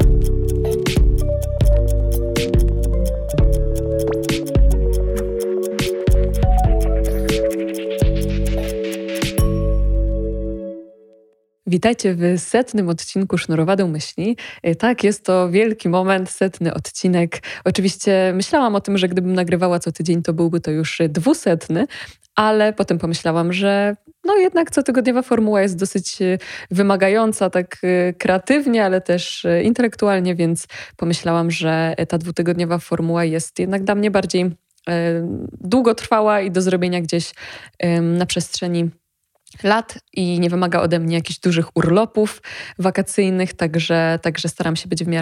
Witajcie w 100. odcinku Sznurowadą Myśli. Tak, jest to wielki moment, 100. odcinek. Oczywiście myślałam o tym, że gdybym nagrywała co tydzień, to byłby to już 200, ale potem pomyślałam, że jednak cotygodniowa formuła jest dosyć wymagająca tak kreatywnie, ale też intelektualnie, więc pomyślałam, że ta 2-tygodniowa formuła jest jednak dla mnie bardziej długotrwała i do zrobienia gdzieś na przestrzeni lat i nie wymaga ode mnie jakichś dużych urlopów wakacyjnych, także staram się być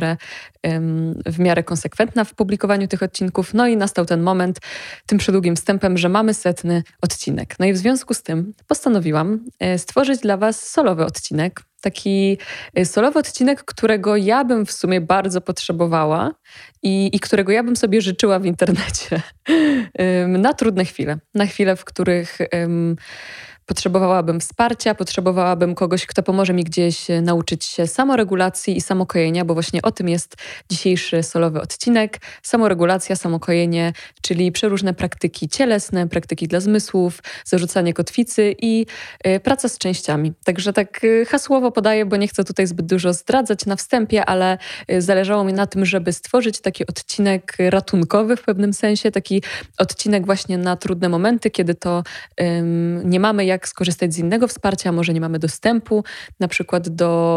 w miarę konsekwentna w publikowaniu tych odcinków. No i nastał ten moment, tym przydługim wstępem, że mamy 100. odcinek. No i w związku z tym postanowiłam stworzyć dla Was solowy odcinek. Taki solowy odcinek, którego ja bym w sumie bardzo potrzebowała i którego ja bym sobie życzyła w internecie na trudne chwile. Na chwile, w których potrzebowałabym wsparcia, potrzebowałabym kogoś, kto pomoże mi gdzieś nauczyć się samoregulacji i samokojenia, bo właśnie o tym jest dzisiejszy solowy odcinek. Samoregulacja, samokojenie, czyli przeróżne praktyki cielesne, praktyki dla zmysłów, zarzucanie kotwicy i praca z częściami. Także tak hasłowo podaję, bo nie chcę tutaj zbyt dużo zdradzać na wstępie, ale zależało mi na tym, żeby stworzyć taki odcinek ratunkowy w pewnym sensie, taki odcinek właśnie na trudne momenty, kiedy to nie mamy jak skorzystać z innego wsparcia, może nie mamy dostępu na przykład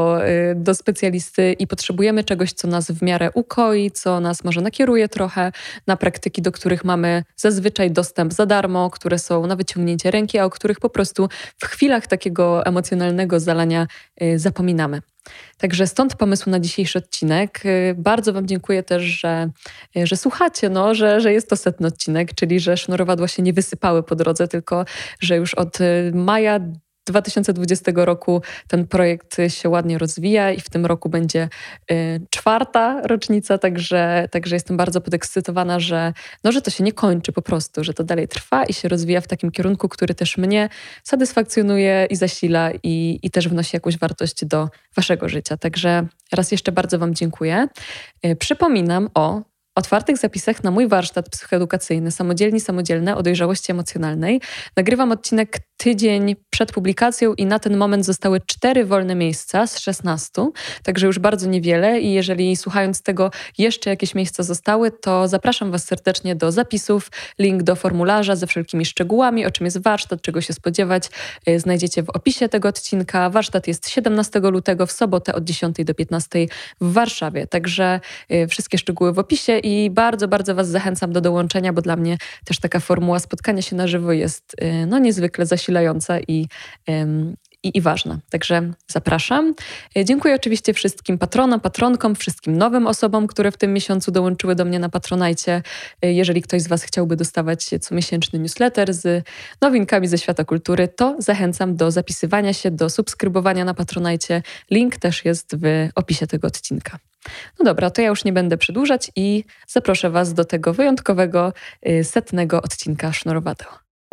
do specjalisty i potrzebujemy czegoś, co nas w miarę ukoi, co nas może nakieruje trochę na praktyki, do których mamy zazwyczaj dostęp za darmo, które są na wyciągnięcie ręki, a o których po prostu w chwilach takiego emocjonalnego zalania zapominamy. Także stąd pomysł na dzisiejszy odcinek. Bardzo Wam dziękuję też, że słuchacie, że jest to 100. odcinek, czyli że sznurowadła się nie wysypały po drodze, tylko że już od maja 2020 roku ten projekt się ładnie rozwija i w tym roku będzie 4. rocznica, także jestem bardzo podekscytowana, że to się nie kończy po prostu, że to dalej trwa i się rozwija w takim kierunku, który też mnie satysfakcjonuje i zasila i też wnosi jakąś wartość do Waszego życia. Także raz jeszcze bardzo Wam dziękuję. Przypominam o otwartych zapisach na mój warsztat psychoedukacyjny Samodzielne o dojrzałości emocjonalnej. Nagrywam odcinek tydzień przed publikacją i na ten moment zostały 4 wolne miejsca z 16, także już bardzo niewiele i jeżeli słuchając tego jeszcze jakieś miejsca zostały, to zapraszam Was serdecznie do zapisów, link do formularza ze wszelkimi szczegółami, o czym jest warsztat, czego się spodziewać, znajdziecie w opisie tego odcinka. Warsztat jest 17 lutego w sobotę od 10 do 15 w Warszawie, także wszystkie szczegóły w opisie i bardzo, bardzo Was zachęcam do dołączenia, bo dla mnie też taka formuła spotkania się na żywo jest niezwykle zasilająca i ważna. Także zapraszam. Dziękuję oczywiście wszystkim patronom, patronkom, wszystkim nowym osobom, które w tym miesiącu dołączyły do mnie na Patronajcie. Jeżeli ktoś z Was chciałby dostawać comiesięczny newsletter z nowinkami ze świata kultury, to zachęcam do zapisywania się, do subskrybowania na Patronajcie. Link też jest w opisie tego odcinka. No dobra, to ja już nie będę przedłużać i zaproszę Was do tego wyjątkowego 100. odcinka Sznurowadeł.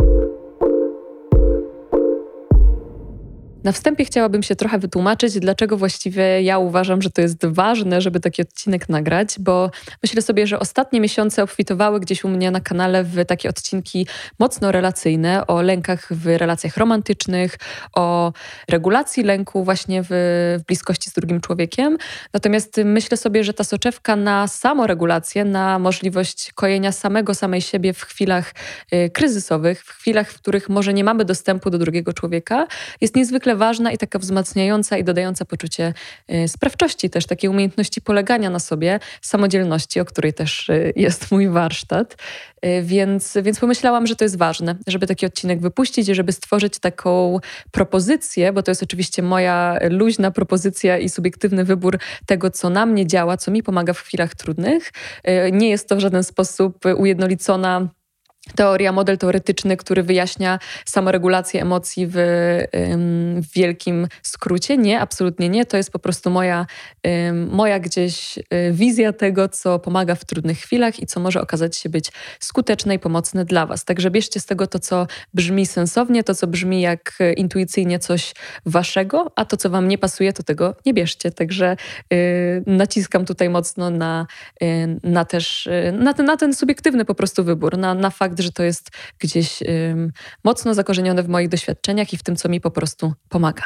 Na wstępie chciałabym się trochę wytłumaczyć, dlaczego właściwie ja uważam, że to jest ważne, żeby taki odcinek nagrać, bo myślę sobie, że ostatnie miesiące obfitowały gdzieś u mnie na kanale w takie odcinki mocno relacyjne, o lękach w relacjach romantycznych, o regulacji lęku właśnie w bliskości z drugim człowiekiem. Natomiast myślę sobie, że ta soczewka na samoregulację, na możliwość kojenia samej siebie w chwilach kryzysowych, w chwilach, w których może nie mamy dostępu do drugiego człowieka, jest niezwykle ważna i taka wzmacniająca i dodająca poczucie sprawczości też, takiej umiejętności polegania na sobie, samodzielności, o której też jest mój warsztat. Więc pomyślałam, że to jest ważne, żeby taki odcinek wypuścić, żeby stworzyć taką propozycję, bo to jest oczywiście moja luźna propozycja i subiektywny wybór tego, co na mnie działa, co mi pomaga w chwilach trudnych. Nie jest to w żaden sposób ujednolicona model teoretyczny, który wyjaśnia samoregulację emocji w wielkim skrócie. Nie, absolutnie nie. To jest po prostu moja gdzieś wizja tego, co pomaga w trudnych chwilach i co może okazać się być skuteczne i pomocne dla was. Także bierzcie z tego to, co brzmi sensownie, to, co brzmi jak intuicyjnie coś waszego, a to, co wam nie pasuje, to tego nie bierzcie. Także naciskam tutaj mocno na ten subiektywny po prostu wybór, na fakt, że to jest gdzieś mocno zakorzenione w moich doświadczeniach i w tym, co mi po prostu pomaga.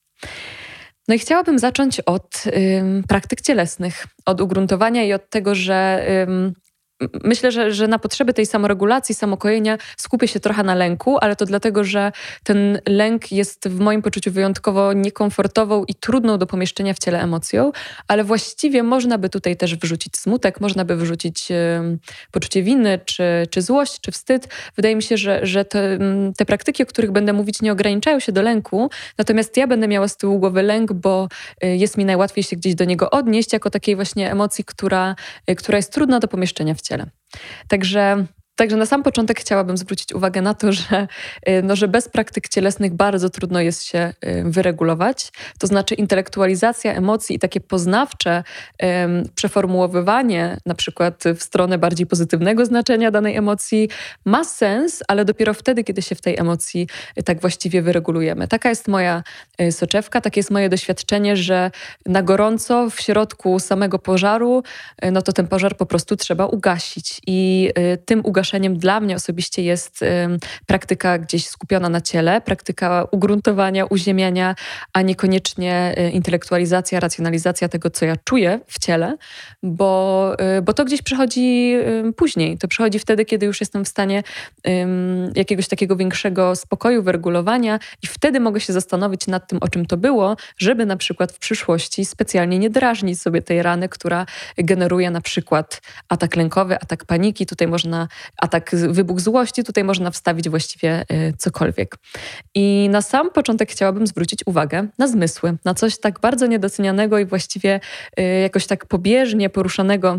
No i chciałabym zacząć od praktyk cielesnych, od ugruntowania i od tego, że myślę, że na potrzeby tej samoregulacji, samokojenia skupię się trochę na lęku, ale to dlatego, że ten lęk jest w moim poczuciu wyjątkowo niekomfortową i trudną do pomieszczenia w ciele emocją, ale właściwie można by tutaj też wyrzucić smutek, można by wyrzucić poczucie winy, czy złość, czy wstyd. Wydaje mi się, że te praktyki, o których będę mówić, nie ograniczają się do lęku, natomiast ja będę miała z tyłu głowy lęk, bo jest mi najłatwiej się gdzieś do niego odnieść, jako takiej właśnie emocji, która jest trudna do pomieszczenia w ciele. Także na sam początek chciałabym zwrócić uwagę na to, że bez praktyk cielesnych bardzo trudno jest się wyregulować. To znaczy intelektualizacja emocji i takie poznawcze przeformułowywanie na przykład w stronę bardziej pozytywnego znaczenia danej emocji ma sens, ale dopiero wtedy, kiedy się w tej emocji tak właściwie wyregulujemy. Taka jest moja soczewka, takie jest moje doświadczenie, że na gorąco w środku samego pożaru, no to ten pożar po prostu trzeba ugasić i tym ugaszeniem dla mnie osobiście jest praktyka gdzieś skupiona na ciele, praktyka ugruntowania, uziemiania, a niekoniecznie intelektualizacja, racjonalizacja tego, co ja czuję w ciele, bo to gdzieś przychodzi później. To przychodzi wtedy, kiedy już jestem w stanie jakiegoś takiego większego spokoju, wyregulowania i wtedy mogę się zastanowić nad tym, o czym to było, żeby na przykład w przyszłości specjalnie nie drażnić sobie tej rany, która generuje na przykład atak lękowy, atak paniki, tutaj można wybuch złości, tutaj można wstawić właściwie cokolwiek. I na sam początek chciałabym zwrócić uwagę na zmysły, na coś tak bardzo niedocenianego i właściwie jakoś tak pobieżnie poruszanego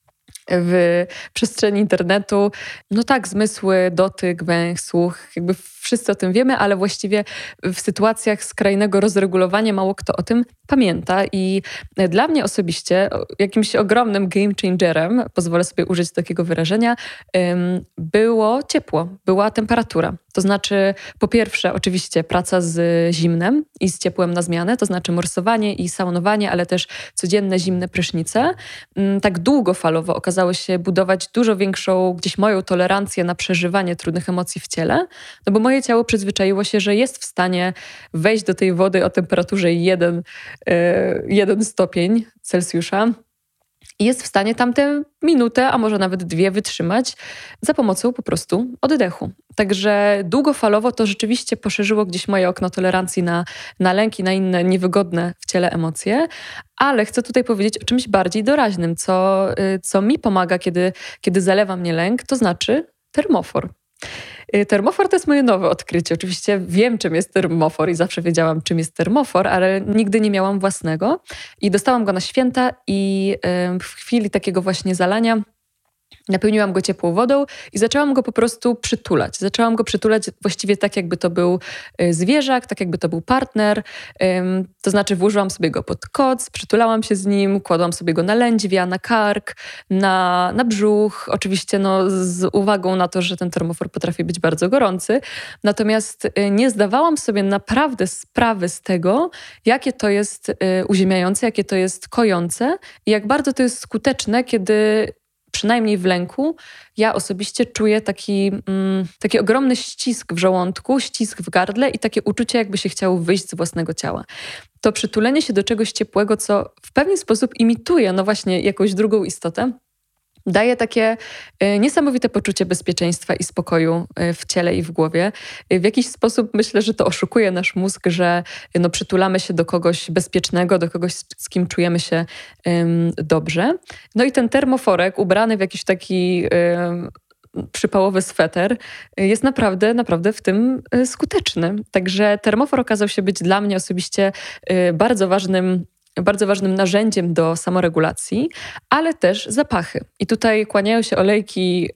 w przestrzeni internetu. No tak, zmysły, dotyk, węch, słuch, jakby wszyscy o tym wiemy, ale właściwie w sytuacjach skrajnego rozregulowania mało kto o tym pamięta i dla mnie osobiście jakimś ogromnym game changerem, pozwolę sobie użyć takiego wyrażenia, było ciepło, była temperatura. To znaczy po pierwsze oczywiście praca z zimnem i z ciepłem na zmianę, to znaczy morsowanie i saunowanie, ale też codzienne zimne prysznice. Tak długofalowo okazało się budować dużo większą gdzieś moją tolerancję na przeżywanie trudnych emocji w ciele, no bo moje ciało przyzwyczaiło się, że jest w stanie wejść do tej wody o temperaturze 1 stopień Celsjusza i jest w stanie tamtę minutę, a może nawet 2 wytrzymać za pomocą po prostu oddechu. Także długofalowo to rzeczywiście poszerzyło gdzieś moje okno tolerancji na lęk i na inne niewygodne w ciele emocje, ale chcę tutaj powiedzieć o czymś bardziej doraźnym, co mi pomaga, kiedy zalewa mnie lęk, to znaczy termofor. Termofor to jest moje nowe odkrycie. Oczywiście wiem, czym jest termofor i zawsze wiedziałam, czym jest termofor, ale nigdy nie miałam własnego. I dostałam go na święta i w chwili takiego właśnie zalania napełniłam go ciepłą wodą i zaczęłam go po prostu przytulać. Zaczęłam go przytulać właściwie tak, jakby to był zwierzak, tak jakby to był partner. To znaczy włożyłam sobie go pod koc, przytulałam się z nim, kładłam sobie go na lędźwia, na kark, na brzuch. Oczywiście z uwagą na to, że ten termofor potrafi być bardzo gorący. Natomiast nie zdawałam sobie naprawdę sprawy z tego, jakie to jest uziemiające, jakie to jest kojące i jak bardzo to jest skuteczne, kiedy przynajmniej w lęku, ja osobiście czuję taki ogromny ścisk w żołądku, ścisk w gardle i takie uczucie, jakby się chciało wyjść z własnego ciała. To przytulenie się do czegoś ciepłego, co w pewien sposób imituje, no właśnie, jakąś drugą istotę, daje takie niesamowite poczucie bezpieczeństwa i spokoju w ciele i w głowie. W jakiś sposób myślę, że to oszukuje nasz mózg, że przytulamy się do kogoś bezpiecznego, do kogoś, z kim czujemy się dobrze. No i ten termoforek ubrany w jakiś taki przypałowy sweter jest naprawdę, naprawdę w tym skuteczny. Także termofor okazał się być dla mnie osobiście bardzo ważnym narzędziem do samoregulacji, ale też zapachy. I tutaj kłaniają się olejki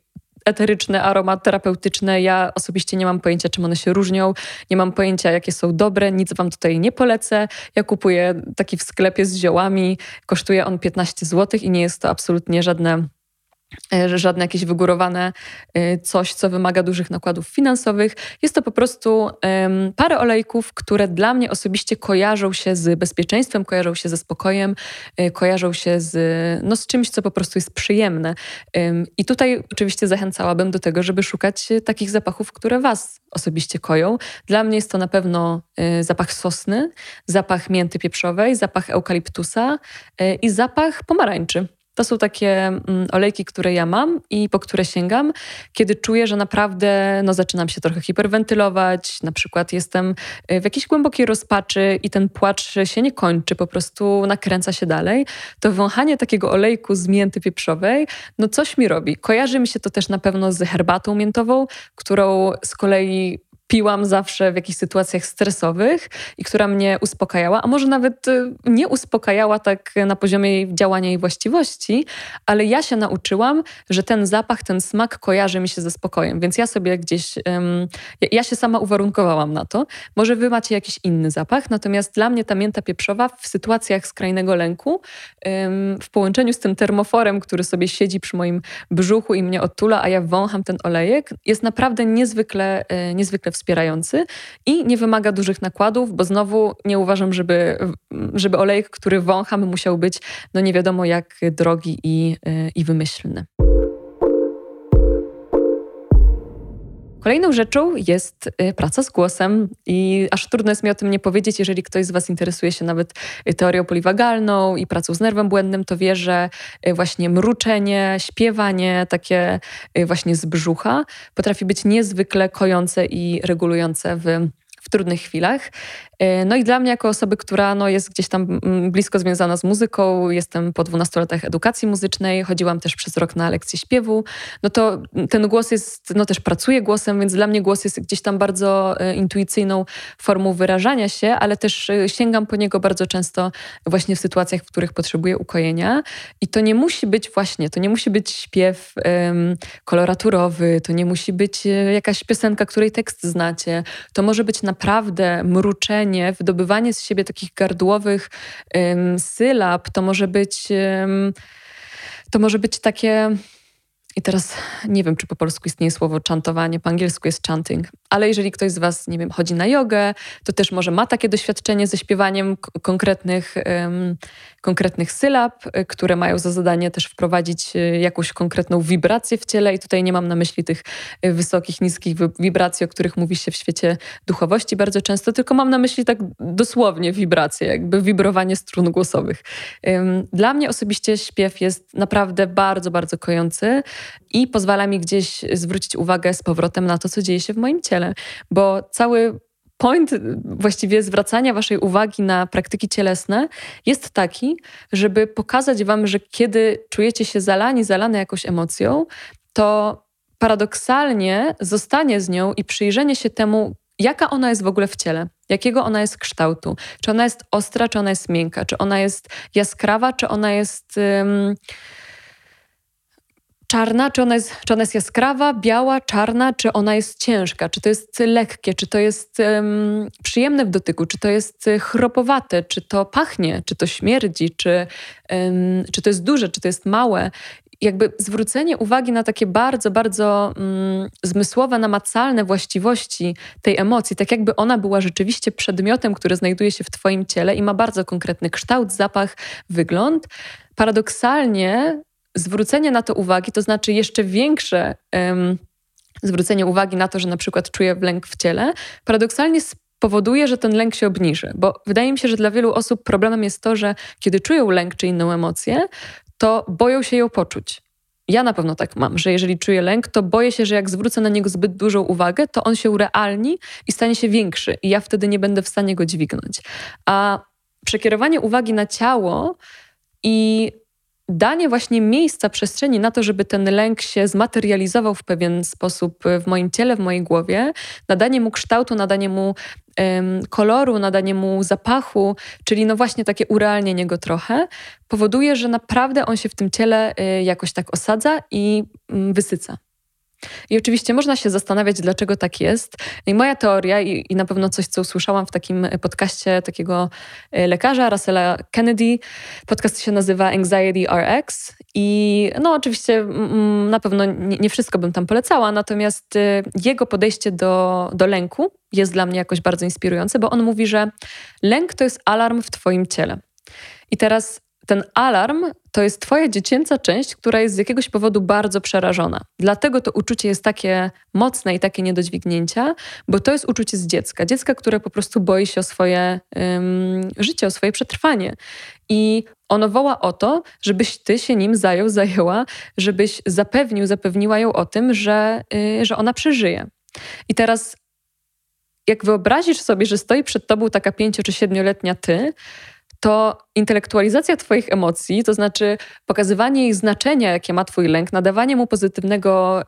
eteryczne, aromaterapeutyczne. Ja osobiście nie mam pojęcia, czym one się różnią. Nie mam pojęcia, jakie są dobre. Nic wam tutaj nie polecę. Ja kupuję taki w sklepie z ziołami. Kosztuje on 15 zł i nie jest to absolutnie żadne jakieś wygórowane coś, co wymaga dużych nakładów finansowych. Jest to po prostu parę olejków, które dla mnie osobiście kojarzą się z bezpieczeństwem, kojarzą się ze spokojem, kojarzą się z czymś, co po prostu jest przyjemne. I tutaj oczywiście zachęcałabym do tego, żeby szukać takich zapachów, które was osobiście koją. Dla mnie jest to na pewno zapach sosny, zapach mięty pieprzowej, zapach eukaliptusa i zapach pomarańczy. To są takie olejki, które ja mam i po które sięgam, kiedy czuję, że naprawdę zaczynam się trochę hiperwentylować, na przykład jestem w jakiejś głębokiej rozpaczy i ten płacz się nie kończy, po prostu nakręca się dalej, to wąchanie takiego olejku z mięty pieprzowej, coś mi robi. Kojarzy mi się to też na pewno z herbatą miętową, którą z kolei piłam zawsze w jakichś sytuacjach stresowych i która mnie uspokajała, a może nawet nie uspokajała tak na poziomie jej działania i właściwości, ale ja się nauczyłam, że ten zapach, ten smak kojarzy mi się ze spokojem, więc ja sobie gdzieś, ja się sama uwarunkowałam na to. Może wy macie jakiś inny zapach, natomiast dla mnie ta mięta pieprzowa w sytuacjach skrajnego lęku, w połączeniu z tym termoforem, który sobie siedzi przy moim brzuchu i mnie otula, a ja wącham ten olejek, jest naprawdę niezwykle wspierający i nie wymaga dużych nakładów, bo znowu nie uważam, żeby olejek, który wącham, musiał być nie wiadomo jak drogi i wymyślny. Kolejną rzeczą jest praca z głosem i aż trudno jest mi o tym nie powiedzieć, jeżeli ktoś z was interesuje się nawet teorią poliwagalną i pracą z nerwem błędnym, to wie, że właśnie mruczenie, śpiewanie takie właśnie z brzucha potrafi być niezwykle kojące i regulujące w trudnych chwilach. I dla mnie jako osoby, która jest gdzieś tam blisko związana z muzyką, jestem po 12 latach edukacji muzycznej, chodziłam też przez rok na lekcje śpiewu, to ten głos jest, też pracuję głosem, więc dla mnie głos jest gdzieś tam bardzo intuicyjną formą wyrażania się, ale też sięgam po niego bardzo często właśnie w sytuacjach, w których potrzebuję ukojenia. I to nie musi być śpiew koloraturowy, to nie musi być jakaś piosenka, której tekst znacie. To może być naprawdę mruczenie, wydobywanie z siebie takich gardłowych sylab, to może być takie... I teraz nie wiem, czy po polsku istnieje słowo chantowanie, po angielsku jest chanting, ale jeżeli ktoś z was, chodzi na jogę, to też może ma takie doświadczenie ze śpiewaniem konkretnych sylab, które mają za zadanie też wprowadzić jakąś konkretną wibrację w ciele i tutaj nie mam na myśli tych wysokich, niskich wibracji, o których mówi się w świecie duchowości bardzo często, tylko mam na myśli tak dosłownie wibracje, jakby wibrowanie strun głosowych. Dla mnie osobiście śpiew jest naprawdę bardzo, bardzo kojący i pozwala mi gdzieś zwrócić uwagę z powrotem na to, co dzieje się w moim ciele, bo cały point właściwie zwracania waszej uwagi na praktyki cielesne jest taki, żeby pokazać wam, że kiedy czujecie się zalane jakąś emocją, to paradoksalnie zostanie z nią i przyjrzenie się temu, jaka ona jest w ogóle w ciele, jakiego ona jest kształtu, czy ona jest ostra, czy ona jest miękka, czy ona jest jaskrawa, czy ona jest... czarna, czy ona jest jaskrawa, biała, czarna, czy ona jest ciężka, czy to jest lekkie, czy to jest przyjemne w dotyku, czy to jest chropowate, czy to pachnie, czy to śmierdzi, czy to jest duże, czy to jest małe. Jakby zwrócenie uwagi na takie bardzo, bardzo zmysłowe, namacalne właściwości tej emocji, tak jakby ona była rzeczywiście przedmiotem, który znajduje się w twoim ciele i ma bardzo konkretny kształt, zapach, wygląd. Paradoksalnie zwrócenie na to uwagi, to znaczy jeszcze większe zwrócenie uwagi na to, że na przykład czuję lęk w ciele, paradoksalnie spowoduje, że ten lęk się obniży. Bo wydaje mi się, że dla wielu osób problemem jest to, że kiedy czują lęk czy inną emocję, to boją się ją poczuć. Ja na pewno tak mam, że jeżeli czuję lęk, to boję się, że jak zwrócę na niego zbyt dużą uwagę, to on się urealni i stanie się większy i ja wtedy nie będę w stanie go dźwignąć. A przekierowanie uwagi na ciało i danie właśnie miejsca, przestrzeni na to, żeby ten lęk się zmaterializował w pewien sposób w moim ciele, w mojej głowie, nadanie mu kształtu, nadanie mu koloru, nadanie mu zapachu, czyli właśnie takie urealnienie go trochę, powoduje, że naprawdę on się w tym ciele jakoś tak osadza i wysyca. I oczywiście można się zastanawiać, dlaczego tak jest. I moja teoria, i na pewno coś, co usłyszałam w takim podcaście takiego lekarza, Russella Kennedy, podcast się nazywa Anxiety RX i no oczywiście na pewno nie wszystko bym tam polecała, natomiast jego podejście do lęku jest dla mnie jakoś bardzo inspirujące, bo on mówi, że lęk to jest alarm w twoim ciele. I teraz ten alarm to jest twoja dziecięca część, która jest z jakiegoś powodu bardzo przerażona. Dlatego to uczucie jest takie mocne i takie nie do dźwignięcia, bo to jest uczucie z dziecka. Dziecka, które po prostu boi się o swoje życie, o swoje przetrwanie. I ono woła o to, żebyś ty się nim zajęła, żebyś zapewniła ją o tym, że ona przeżyje. I teraz jak wyobrazisz sobie, że stoi przed tobą taka 5- czy 7-letnia ty, to intelektualizacja twoich emocji, to znaczy pokazywanie ich znaczenia, jakie ma twój lęk, nadawanie mu pozytywnego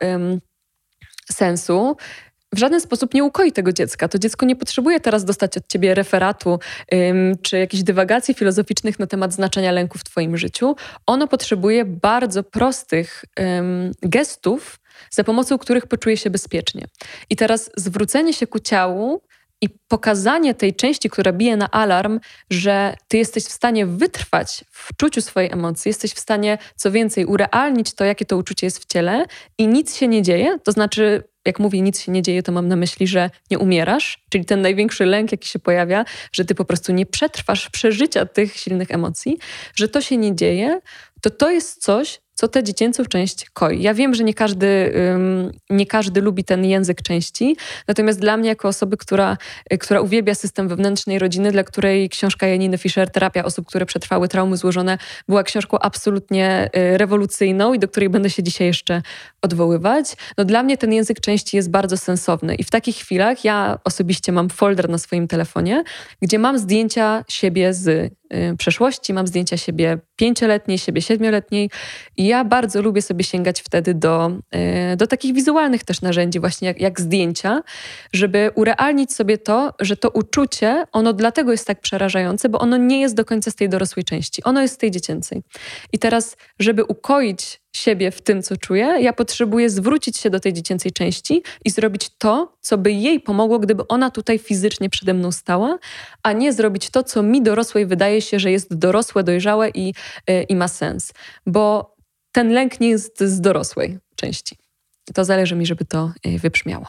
sensu, w żaden sposób nie ukoi tego dziecka. To dziecko nie potrzebuje teraz dostać od ciebie referatu czy jakichś dywagacji filozoficznych na temat znaczenia lęku w twoim życiu. Ono potrzebuje bardzo prostych gestów, za pomocą których poczuje się bezpiecznie. I teraz zwrócenie się ku ciału i pokazanie tej części, która bije na alarm, że ty jesteś w stanie wytrwać w czuciu swojej emocji, jesteś w stanie, co więcej, urealnić to, jakie to uczucie jest w ciele i nic się nie dzieje, to znaczy, jak mówię nic się nie dzieje, to mam na myśli, że nie umierasz, czyli ten największy lęk, jaki się pojawia, że ty po prostu nie przetrwasz przeżycia tych silnych emocji, że to się nie dzieje, to jest coś, co tę dziecięcą część koi. Ja wiem, że nie każdy lubi ten język części, natomiast dla mnie jako osoby, która uwielbia system wewnętrznej rodziny, dla której książka Janiny Fischer, Terapia osób, które przetrwały traumy złożone, była książką absolutnie rewolucyjną i do której będę się dzisiaj jeszcze odwoływać. No dla mnie ten język części jest bardzo sensowny i w takich chwilach ja osobiście mam folder na swoim telefonie, gdzie mam zdjęcia siebie z przeszłości, mam zdjęcia siebie 5-letniej, siebie 7-letniej i ja bardzo lubię sobie sięgać wtedy do takich wizualnych też narzędzi, właśnie jak zdjęcia, żeby urealnić sobie to, że to uczucie, ono dlatego jest tak przerażające, bo ono nie jest do końca z tej dorosłej części, ono jest z tej dziecięcej. I teraz, żeby ukoić siebie w tym, co czuję, ja potrzebuję zwrócić się do tej dziecięcej części i zrobić to, co by jej pomogło, gdyby ona tutaj fizycznie przede mną stała, a nie zrobić to, co mi dorosłej wydaje się, że jest dorosłe, dojrzałe i ma sens. Bo ten lęk nie jest z dorosłej części. To zależy mi, żeby to wybrzmiało.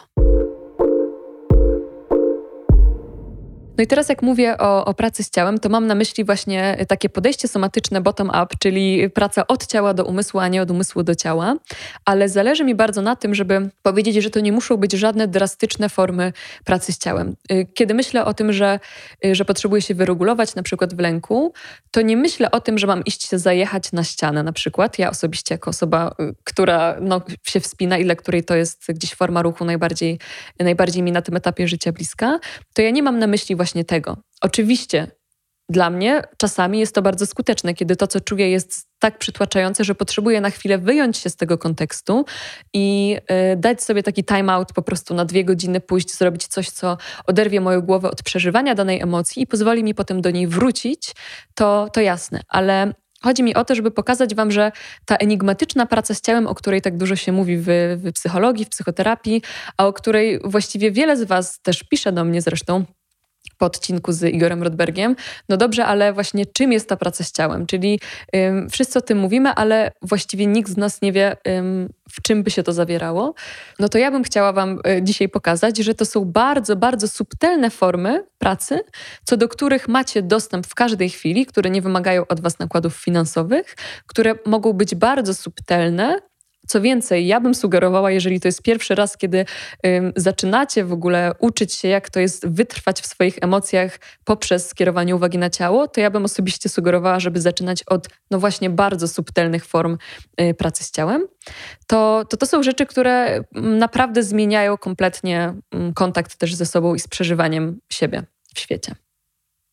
No i teraz jak mówię o pracy z ciałem, to mam na myśli właśnie takie podejście somatyczne bottom-up, czyli praca od ciała do umysłu, a nie od umysłu do ciała. Ale zależy mi bardzo na tym, żeby powiedzieć, że to nie muszą być żadne drastyczne formy pracy z ciałem. Kiedy myślę o tym, że potrzebuję się wyregulować na przykład w lęku, to nie myślę o tym, że mam iść się zajechać na ścianę na przykład. Ja osobiście jako osoba, która się wspina i dla której to jest gdzieś forma ruchu najbardziej mi na tym etapie życia bliska, to ja nie mam na myśli właśnie tego. Oczywiście dla mnie czasami jest to bardzo skuteczne, kiedy to, co czuję, jest tak przytłaczające, że potrzebuję na chwilę wyjąć się z tego kontekstu i dać sobie taki time out po prostu na 2 godziny, pójść, zrobić coś, co oderwie moją głowę od przeżywania danej emocji i pozwoli mi potem do niej wrócić, to jasne. Ale chodzi mi o to, żeby pokazać wam, że ta enigmatyczna praca z ciałem, o której tak dużo się mówi w psychologii, w psychoterapii, a o której właściwie wiele z was też pisze do mnie zresztą, po odcinku z Igorem Rodbergiem. No dobrze, ale właśnie czym jest ta praca z ciałem? Czyli wszyscy o tym mówimy, ale właściwie nikt z nas nie wie, w czym by się to zawierało. No to ja bym chciała wam dzisiaj pokazać, że to są bardzo, bardzo subtelne formy pracy, co do których macie dostęp w każdej chwili, które nie wymagają od was nakładów finansowych, które mogą być bardzo subtelne. Co więcej, ja bym sugerowała, jeżeli to jest pierwszy raz, kiedy zaczynacie w ogóle uczyć się, jak to jest wytrwać w swoich emocjach poprzez skierowanie uwagi na ciało, to ja bym osobiście sugerowała, żeby zaczynać od właśnie bardzo subtelnych form pracy z ciałem. To są rzeczy, które naprawdę zmieniają kompletnie kontakt też ze sobą i z przeżywaniem siebie w świecie.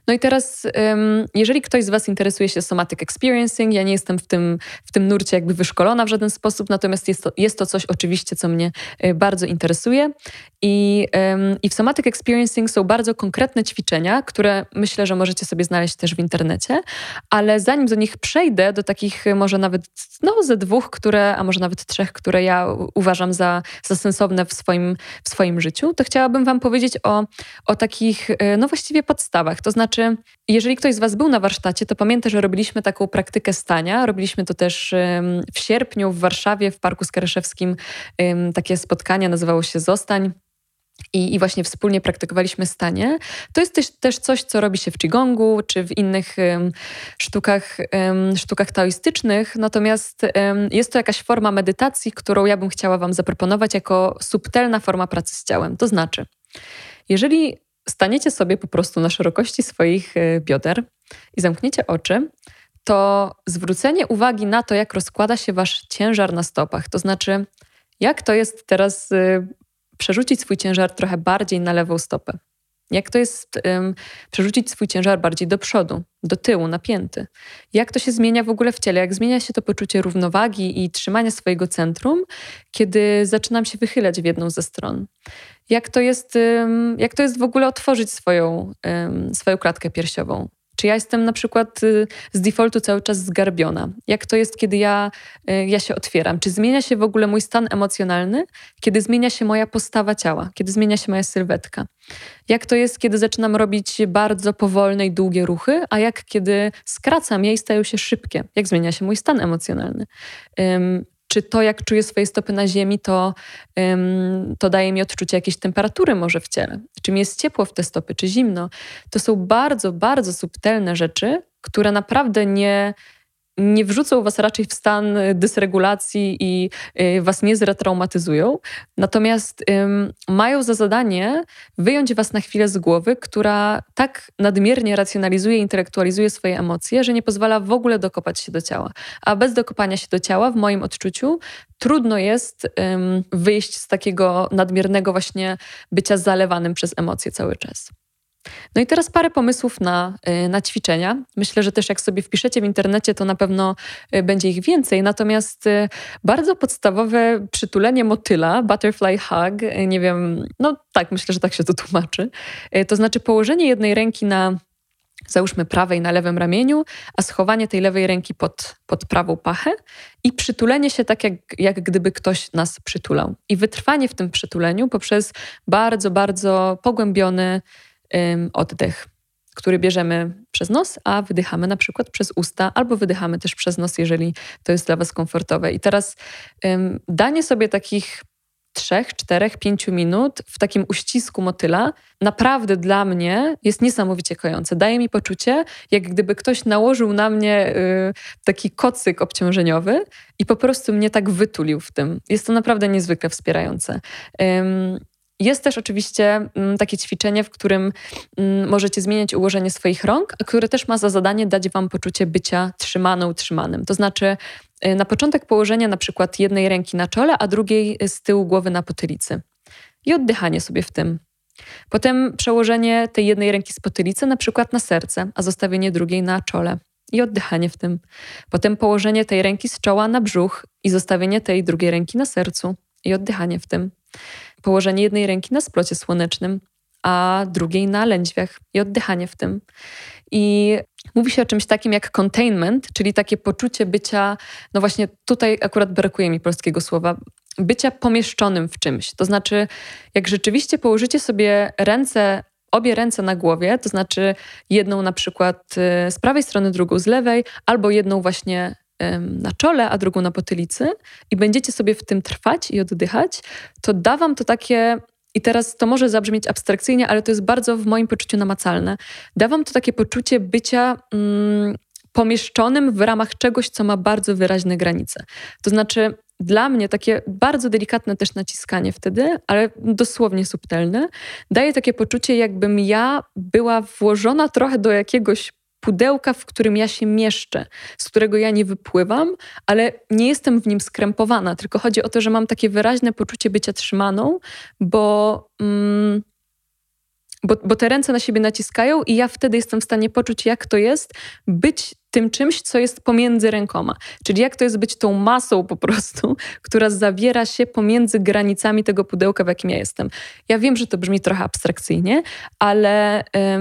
No i teraz, jeżeli ktoś z Was interesuje się somatic experiencing, ja nie jestem w tym nurcie jakby wyszkolona w żaden sposób, natomiast jest to coś oczywiście, co mnie bardzo interesuje. I w somatic experiencing są bardzo konkretne ćwiczenia, które myślę, że możecie sobie znaleźć też w internecie, ale zanim do nich przejdę, do takich może nawet ze 2, a może nawet 3, które ja uważam za sensowne w swoim życiu, to chciałabym Wam powiedzieć o takich właściwie podstawach. To znaczy, jeżeli ktoś z Was był na warsztacie, to pamięta, że robiliśmy taką praktykę stania. Robiliśmy to też w sierpniu w Warszawie, w Parku Skaryszewskim. Takie spotkanie nazywało się Zostań. I właśnie wspólnie praktykowaliśmy stanie. To jest też coś, co robi się w Qigongu czy w innych sztukach taoistycznych. Natomiast jest to jakaś forma medytacji, którą ja bym chciała Wam zaproponować jako subtelna forma pracy z ciałem. To znaczy, jeżeli staniecie sobie po prostu na szerokości swoich bioder i zamkniecie oczy, to zwrócenie uwagi na to, jak rozkłada się Wasz ciężar na stopach. To znaczy, jak to jest teraz przerzucić swój ciężar trochę bardziej na lewą stopę. Jak to jest przerzucić swój ciężar bardziej do przodu, do tyłu, na pięty. Jak to się zmienia w ogóle w ciele, jak zmienia się to poczucie równowagi i trzymania swojego centrum, kiedy zaczynam się wychylać w jedną ze stron. Jak to jest w ogóle otworzyć swoją klatkę piersiową. Czy ja jestem na przykład z defaultu cały czas zgarbiona? Jak to jest, kiedy ja się otwieram? Czy zmienia się w ogóle mój stan emocjonalny, kiedy zmienia się moja postawa ciała, kiedy zmienia się moja sylwetka? Jak to jest, kiedy zaczynam robić bardzo powolne i długie ruchy, a jak kiedy skracam je i stają się szybkie? Jak zmienia się mój stan emocjonalny? Czy to, jak czuję swoje stopy na ziemi, to daje mi odczucie jakiejś temperatury może w ciele? Czy mi jest ciepło w te stopy, czy zimno? To są bardzo, bardzo subtelne rzeczy, które naprawdę nie wrzucą Was raczej w stan dysregulacji i Was nie zretraumatyzują. Natomiast mają za zadanie wyjąć Was na chwilę z głowy, która tak nadmiernie racjonalizuje, intelektualizuje swoje emocje, że nie pozwala w ogóle dokopać się do ciała. A bez dokopania się do ciała, w moim odczuciu, trudno jest wyjść z takiego nadmiernego właśnie bycia zalewanym przez emocje cały czas. No i teraz parę pomysłów na ćwiczenia. Myślę, że też jak sobie wpiszecie w internecie, to na pewno będzie ich więcej. Natomiast bardzo podstawowe przytulenie motyla, butterfly hug, nie wiem, tak, myślę, że tak się to tłumaczy. To znaczy położenie jednej ręki na, załóżmy, prawej na lewym ramieniu, a schowanie tej lewej ręki pod prawą pachę i przytulenie się tak, jak gdyby ktoś nas przytulał. I wytrwanie w tym przytuleniu poprzez bardzo, bardzo pogłębiony oddech, który bierzemy przez nos, a wydychamy na przykład przez usta, albo wydychamy też przez nos, jeżeli to jest dla Was komfortowe. I teraz danie sobie takich 3, 4, 5 minut w takim uścisku motyla naprawdę dla mnie jest niesamowicie kojące. Daje mi poczucie, jak gdyby ktoś nałożył na mnie taki kocyk obciążeniowy i po prostu mnie tak wytulił w tym. Jest to naprawdę niezwykle wspierające. Jest też oczywiście takie ćwiczenie, w którym możecie zmieniać ułożenie swoich rąk, a które też ma za zadanie dać Wam poczucie bycia trzymanym. To znaczy na początek położenia na przykład jednej ręki na czole, a drugiej z tyłu głowy na potylicy. I oddychanie sobie w tym. Potem przełożenie tej jednej ręki z potylicy na przykład na serce, a zostawienie drugiej na czole. I oddychanie w tym. Potem położenie tej ręki z czoła na brzuch i zostawienie tej drugiej ręki na sercu. I oddychanie w tym. Położenie jednej ręki na splocie słonecznym, a drugiej na lędźwiach i oddychanie w tym. I mówi się o czymś takim jak containment, czyli takie poczucie bycia, właśnie tutaj akurat brakuje mi polskiego słowa, bycia pomieszczonym w czymś. To znaczy, jak rzeczywiście położycie sobie obie ręce na głowie, to znaczy jedną na przykład z prawej strony, drugą z lewej, albo jedną właśnie na czole, a drugą na potylicy i będziecie sobie w tym trwać i oddychać, to da Wam to takie, i teraz to może zabrzmieć abstrakcyjnie, ale to jest bardzo w moim poczuciu namacalne, da Wam to takie poczucie bycia pomieszczonym w ramach czegoś, co ma bardzo wyraźne granice. To znaczy dla mnie takie bardzo delikatne też naciskanie wtedy, ale dosłownie subtelne, daje takie poczucie, jakbym ja była włożona trochę do jakiegoś pudełka, w którym ja się mieszczę, z którego ja nie wypływam, ale nie jestem w nim skrępowana, tylko chodzi o to, że mam takie wyraźne poczucie bycia trzymaną, bo bo te ręce na siebie naciskają i ja wtedy jestem w stanie poczuć, jak to jest być tym czymś, co jest pomiędzy rękoma. Czyli jak to jest być tą masą po prostu, która zawiera się pomiędzy granicami tego pudełka, w jakim ja jestem. Ja wiem, że to brzmi trochę abstrakcyjnie, ale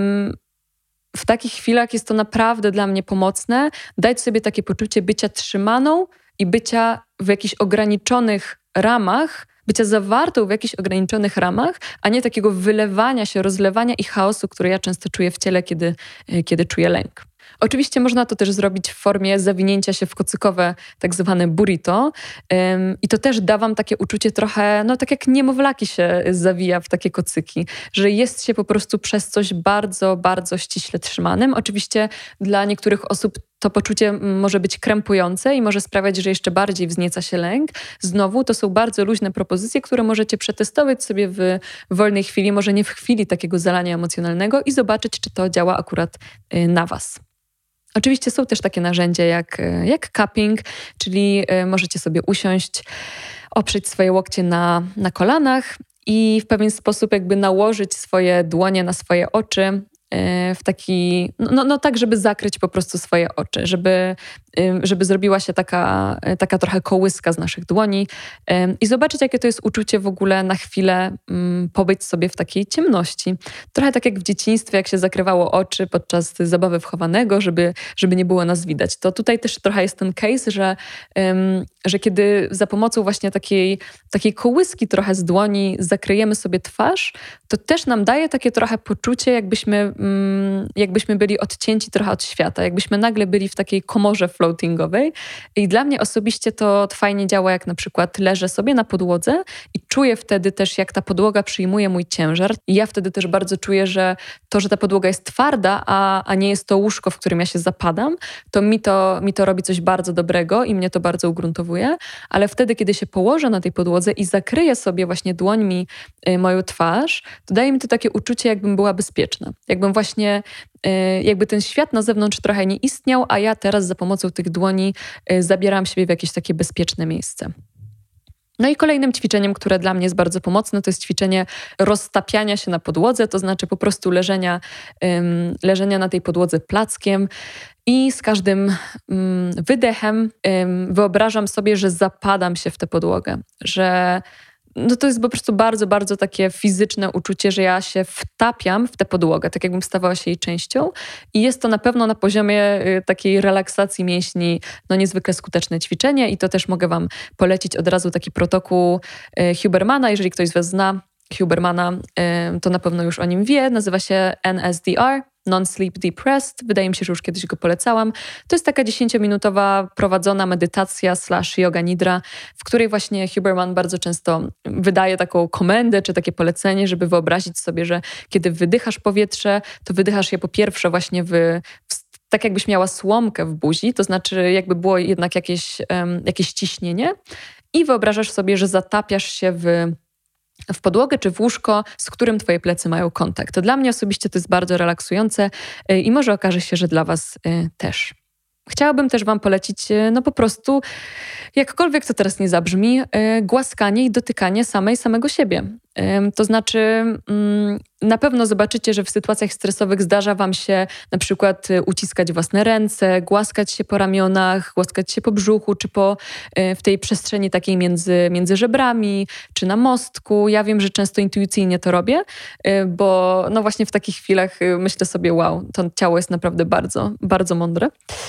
w takich chwilach jest to naprawdę dla mnie pomocne. Dać sobie takie poczucie bycia trzymaną i bycia w jakichś ograniczonych ramach, bycia zawartą w jakichś ograniczonych ramach, a nie takiego wylewania się, rozlewania i chaosu, który ja często czuję w ciele, kiedy czuję lęk. Oczywiście można to też zrobić w formie zawinięcia się w kocykowe, tak zwane burrito. I to też da wam takie uczucie trochę, tak jak niemowlaki się zawija w takie kocyki, że jest się po prostu przez coś bardzo, bardzo ściśle trzymanym. Oczywiście dla niektórych osób to poczucie może być krępujące i może sprawiać, że jeszcze bardziej wznieca się lęk. Znowu, to są bardzo luźne propozycje, które możecie przetestować sobie w wolnej chwili, może nie w chwili takiego zalania emocjonalnego i zobaczyć, czy to działa akurat na was. Oczywiście są też takie narzędzia jak cupping, czyli możecie sobie usiąść, oprzeć swoje łokcie na kolanach i w pewien sposób jakby nałożyć swoje dłonie na swoje oczy w taki, tak, żeby zakryć po prostu swoje oczy, żeby zrobiła się taka trochę kołyska z naszych dłoni i zobaczyć, jakie to jest uczucie w ogóle na chwilę pobyć sobie w takiej ciemności. Trochę tak jak w dzieciństwie, jak się zakrywało oczy podczas zabawy wchowanego, żeby nie było nas widać. To tutaj też trochę jest ten case, że kiedy za pomocą właśnie takiej kołyski trochę z dłoni zakryjemy sobie twarz, to też nam daje takie trochę poczucie, jakbyśmy byli odcięci trochę od świata, jakbyśmy nagle byli w takiej komorze floatingowej. I dla mnie osobiście to fajnie działa, jak na przykład leżę sobie na podłodze i czuję wtedy też, jak ta podłoga przyjmuje mój ciężar. I ja wtedy też bardzo czuję, że ta podłoga jest twarda, a nie jest to łóżko, w którym ja się zapadam, to mi to robi coś bardzo dobrego i mnie to bardzo ugruntowuje. Ale wtedy, kiedy się położę na tej podłodze i zakryję sobie właśnie dłońmi moją twarz, to daje mi to takie uczucie, jakbym była bezpieczna. Jakby ten świat na zewnątrz trochę nie istniał, a ja teraz za pomocą tych dłoni zabieram siebie w jakieś takie bezpieczne miejsce. No i kolejnym ćwiczeniem, które dla mnie jest bardzo pomocne, to jest ćwiczenie roztapiania się na podłodze, to znaczy po prostu leżenia na tej podłodze plackiem i z każdym wydechem wyobrażam sobie, że zapadam się w tę podłogę, że to jest po prostu bardzo, bardzo takie fizyczne uczucie, że ja się wtapiam w tę podłogę, tak jakbym stawała się jej częścią i jest to na pewno na poziomie takiej relaksacji mięśni niezwykle skuteczne ćwiczenie i to też mogę wam polecić od razu taki protokół Hubermana, jeżeli ktoś z was zna Hubermana, to na pewno już o nim wie, nazywa się NSDR, Non-Sleep Deep-Rest. Wydaje mi się, że już kiedyś go polecałam. To jest taka 10-minutowa prowadzona medytacja / yoga nidra, w której właśnie Huberman bardzo często wydaje taką komendę czy takie polecenie, żeby wyobrazić sobie, że kiedy wydychasz powietrze, to wydychasz je po pierwsze właśnie tak jakbyś miała słomkę w buzi, to znaczy jakby było jednak jakieś ciśnienie i wyobrażasz sobie, że zatapiasz się w podłogę czy w łóżko, z którym twoje plecy mają kontakt. To dla mnie osobiście to jest bardzo relaksujące i może okaże się, że dla was też. Chciałabym też wam polecić po prostu, jakkolwiek to teraz nie zabrzmi, głaskanie i dotykanie samego siebie. To znaczy na pewno zobaczycie, że w sytuacjach stresowych zdarza wam się na przykład uciskać własne ręce, głaskać się po ramionach, głaskać się po brzuchu, czy w tej przestrzeni takiej między żebrami, czy na mostku. Ja wiem, że często intuicyjnie to robię, bo właśnie w takich chwilach myślę sobie, wow, to ciało jest naprawdę bardzo, bardzo mądre.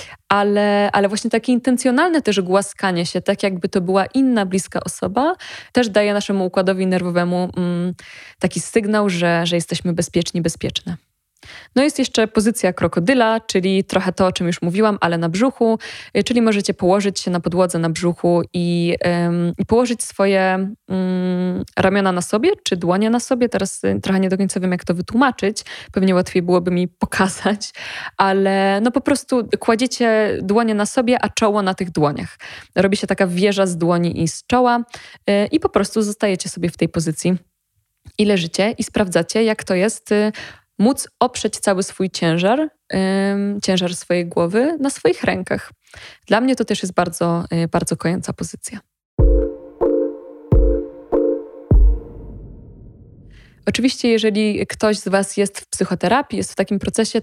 Ale właśnie takie intencjonalne też głaskanie się, tak jakby to była inna bliska osoba, też daje naszemu układowi nerwowemu taki sygnał, że jesteśmy bezpieczni, bezpieczne. No jest jeszcze pozycja krokodyla, czyli trochę to, o czym już mówiłam, ale na brzuchu, czyli możecie położyć się na podłodze na brzuchu i położyć swoje ramiona na sobie, czy dłonie na sobie. Teraz trochę nie do końca wiem, jak to wytłumaczyć. Pewnie łatwiej byłoby mi pokazać, ale po prostu kładziecie dłonie na sobie, a czoło na tych dłoniach. Robi się taka wieża z dłoni i z czoła i po prostu zostajecie sobie w tej pozycji i leżycie i sprawdzacie, jak to jest móc oprzeć cały swój ciężar swojej głowy na swoich rękach. Dla mnie to też jest bardzo, bardzo kojąca pozycja. Oczywiście, jeżeli ktoś z Was jest w psychoterapii, jest w takim procesie,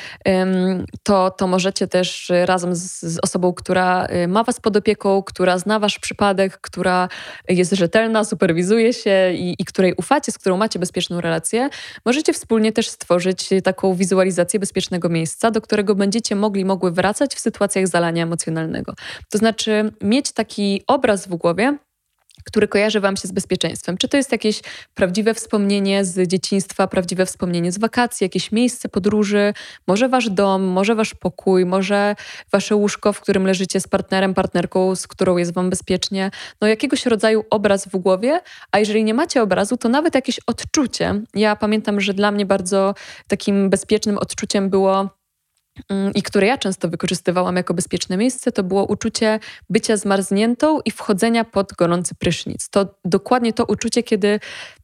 to możecie też razem z osobą, która ma Was pod opieką, która zna Wasz przypadek, która jest rzetelna, superwizuje się i której ufacie, z którą macie bezpieczną relację, możecie wspólnie też stworzyć taką wizualizację bezpiecznego miejsca, do którego będziecie mogły wracać w sytuacjach zalania emocjonalnego. To znaczy mieć taki obraz w głowie, który kojarzy Wam się z bezpieczeństwem. Czy to jest jakieś prawdziwe wspomnienie z dzieciństwa, prawdziwe wspomnienie z wakacji, jakieś miejsce podróży, może Wasz dom, może Wasz pokój, może Wasze łóżko, w którym leżycie z partnerem, partnerką, z którą jest Wam bezpiecznie. No jakiegoś rodzaju obraz w głowie, a jeżeli nie macie obrazu, to nawet jakieś odczucie. Ja pamiętam, że dla mnie bardzo takim bezpiecznym odczuciem było i które ja często wykorzystywałam jako bezpieczne miejsce, to było uczucie bycia zmarzniętą i wchodzenia pod gorący prysznic. To dokładnie to uczucie, kiedy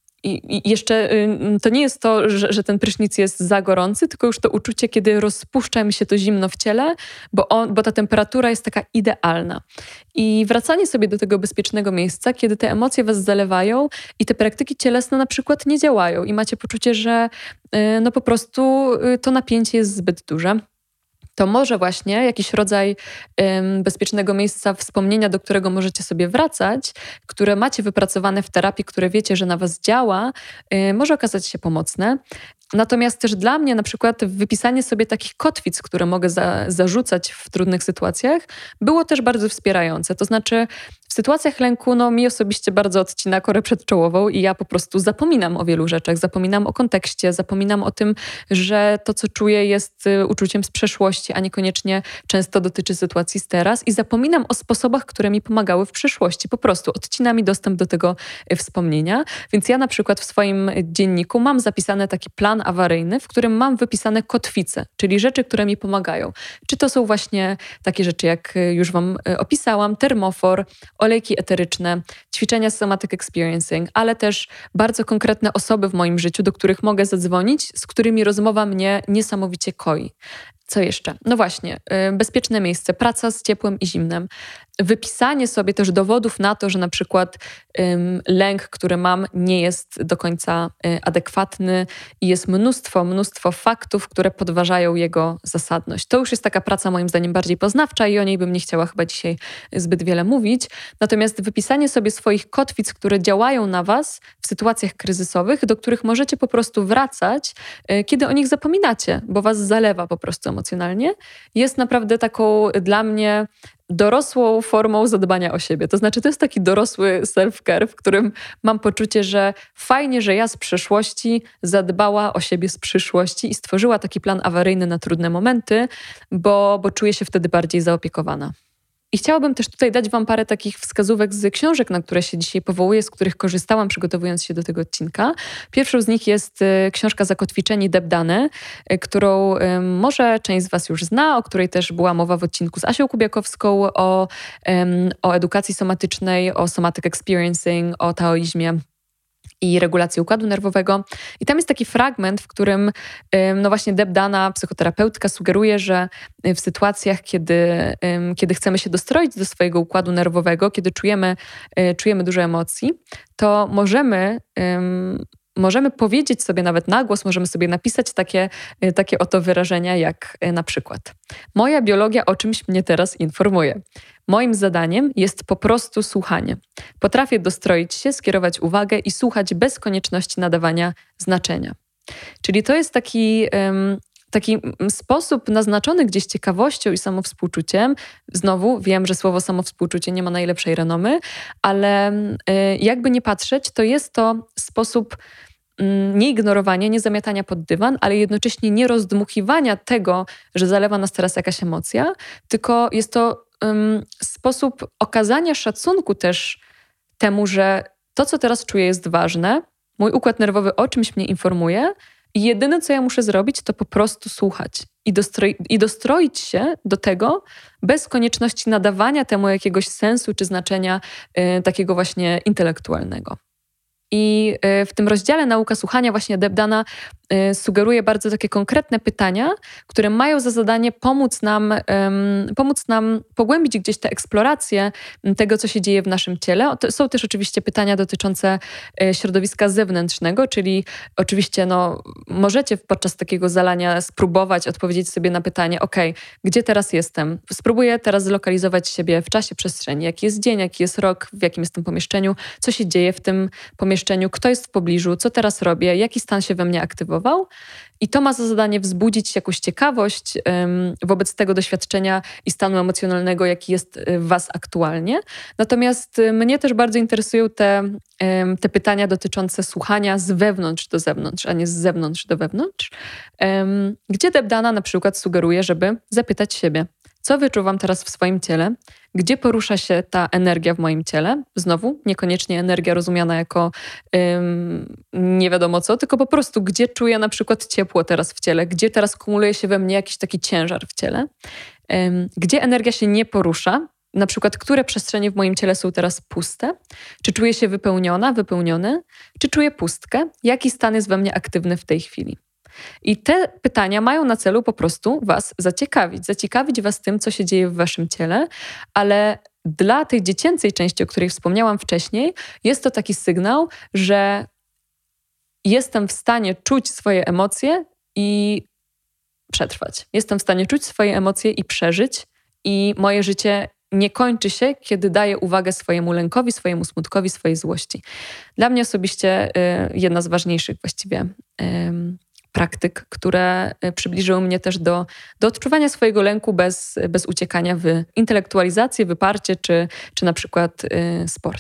i jeszcze to nie jest to, że ten prysznic jest za gorący, tylko już to uczucie, kiedy rozpuszcza mi się to zimno w ciele, bo ta temperatura jest taka idealna. I wracanie sobie do tego bezpiecznego miejsca, kiedy te emocje was zalewają i te praktyki cielesne na przykład nie działają i macie poczucie, że no po prostu to napięcie jest zbyt duże. To może właśnie jakiś rodzaj bezpiecznego miejsca wspomnienia, do którego możecie sobie wracać, które macie wypracowane w terapii, które wiecie, że na was działa, może okazać się pomocne. Natomiast też dla mnie na przykład wypisanie sobie takich kotwic, które mogę zarzucać w trudnych sytuacjach, było też bardzo wspierające. To znaczy w sytuacjach lęku mi osobiście bardzo odcina korę przedczołową i ja po prostu zapominam o wielu rzeczach, zapominam o kontekście, zapominam o tym, że to, co czuję, jest uczuciem z przeszłości, a niekoniecznie często dotyczy sytuacji z teraz i zapominam o sposobach, które mi pomagały w przeszłości. Po prostu odcina mi dostęp do tego wspomnienia. Więc ja na przykład w swoim dzienniku mam zapisany taki plan awaryjny, w którym mam wypisane kotwice, czyli rzeczy, które mi pomagają. Czy to są właśnie takie rzeczy, jak już wam opisałam, termofor, olejki eteryczne, ćwiczenia somatic experiencing, ale też bardzo konkretne osoby w moim życiu, do których mogę zadzwonić, z którymi rozmowa mnie niesamowicie koi. Co jeszcze? No właśnie, bezpieczne miejsce, praca z ciepłem i zimnem. Wypisanie sobie też dowodów na to, że na przykład lęk, który mam, nie jest do końca adekwatny i jest mnóstwo faktów, które podważają jego zasadność. To już jest taka praca moim zdaniem bardziej poznawcza i o niej bym nie chciała chyba dzisiaj zbyt wiele mówić. Natomiast wypisanie sobie swoich kotwic, które działają na was w sytuacjach kryzysowych, do których możecie po prostu wracać, kiedy o nich zapominacie, bo was zalewa po prostu emocjonalnie, jest naprawdę taką dla mnie dorosłą formą zadbania o siebie. To znaczy, to jest taki dorosły self-care, w którym mam poczucie, że fajnie, że ja z przeszłości zadbała o siebie z przyszłości i stworzyła taki plan awaryjny na trudne momenty, bo czuję się wtedy bardziej zaopiekowana. I chciałabym też tutaj dać wam parę takich wskazówek z książek, na które się dzisiaj powołuję, z których korzystałam, przygotowując się do tego odcinka. Pierwszą z nich jest książka Zakotwiczeni Deb Dane, którą może część z was już zna, o której też była mowa w odcinku z Asią Kubiakowską, o edukacji somatycznej, o somatic experiencing, o taoizmie i regulacji układu nerwowego. I tam jest taki fragment, w którym no właśnie Deb Dana, psychoterapeutka, sugeruje, że w sytuacjach, kiedy chcemy się dostroić do swojego układu nerwowego, kiedy czujemy dużo emocji, to możemy powiedzieć sobie nawet na głos, możemy sobie napisać takie oto wyrażenia jak na przykład: moja biologia o czymś mnie teraz informuje. Moim zadaniem jest po prostu słuchanie. Potrafię dostroić się, skierować uwagę i słuchać bez konieczności nadawania znaczenia. Czyli to jest taki sposób naznaczony gdzieś ciekawością i samowspółczuciem. Znowu wiem, że słowo samowspółczucie nie ma najlepszej renomy, ale jakby nie patrzeć, to jest to sposób nie ignorowania, nie zamiatania pod dywan, ale jednocześnie nie rozdmuchiwania tego, że zalewa nas teraz jakaś emocja, tylko jest to sposób okazania szacunku też temu, że to, co teraz czuję, jest ważne. Mój układ nerwowy o czymś mnie informuje i jedyne, co ja muszę zrobić, to po prostu słuchać i dostroić się do tego bez konieczności nadawania temu jakiegoś sensu czy znaczenia takiego właśnie intelektualnego. I w tym rozdziale Nauka słuchania właśnie Debdana sugeruje bardzo takie konkretne pytania, które mają za zadanie pomóc nam pogłębić gdzieś tę eksplorację tego, co się dzieje w naszym ciele. Są też oczywiście pytania dotyczące środowiska zewnętrznego, czyli oczywiście możecie podczas takiego zalania spróbować odpowiedzieć sobie na pytanie, gdzie teraz jestem? Spróbuję teraz zlokalizować siebie w czasie, przestrzeni. Jaki jest dzień, jaki jest rok, w jakim jestem pomieszczeniu, co się dzieje w tym pomieszczeniu, kto jest w pobliżu, co teraz robię, jaki stan się we mnie aktywował. I to ma za zadanie wzbudzić jakąś ciekawość wobec tego doświadczenia i stanu emocjonalnego, jaki jest w was aktualnie. Natomiast mnie też bardzo interesują te pytania dotyczące słuchania z wewnątrz do zewnątrz, a nie z zewnątrz do wewnątrz, gdzie Debdana na przykład sugeruje, żeby zapytać siebie, co wyczuwam teraz w swoim ciele, gdzie porusza się ta energia w moim ciele. Znowu, niekoniecznie energia rozumiana jako nie wiadomo co, tylko po prostu gdzie czuję na przykład ciepło teraz w ciele, gdzie teraz kumuluje się we mnie jakiś taki ciężar w ciele, gdzie energia się nie porusza, na przykład które przestrzenie w moim ciele są teraz puste, czy czuję się wypełniona, wypełniony, czy czuję pustkę, jaki stan jest we mnie aktywny w tej chwili. I te pytania mają na celu po prostu was zaciekawić was tym, co się dzieje w waszym ciele, ale dla tej dziecięcej części, o której wspomniałam wcześniej, jest to taki sygnał, że jestem w stanie czuć swoje emocje i przetrwać. Jestem w stanie czuć swoje emocje i przeżyć i moje życie nie kończy się, kiedy daję uwagę swojemu lękowi, swojemu smutkowi, swojej złości. Dla mnie osobiście jedna z ważniejszych właściwie praktyk, które przybliżyły mnie też do odczuwania swojego lęku bez uciekania w intelektualizację, wyparcie czy na przykład sport.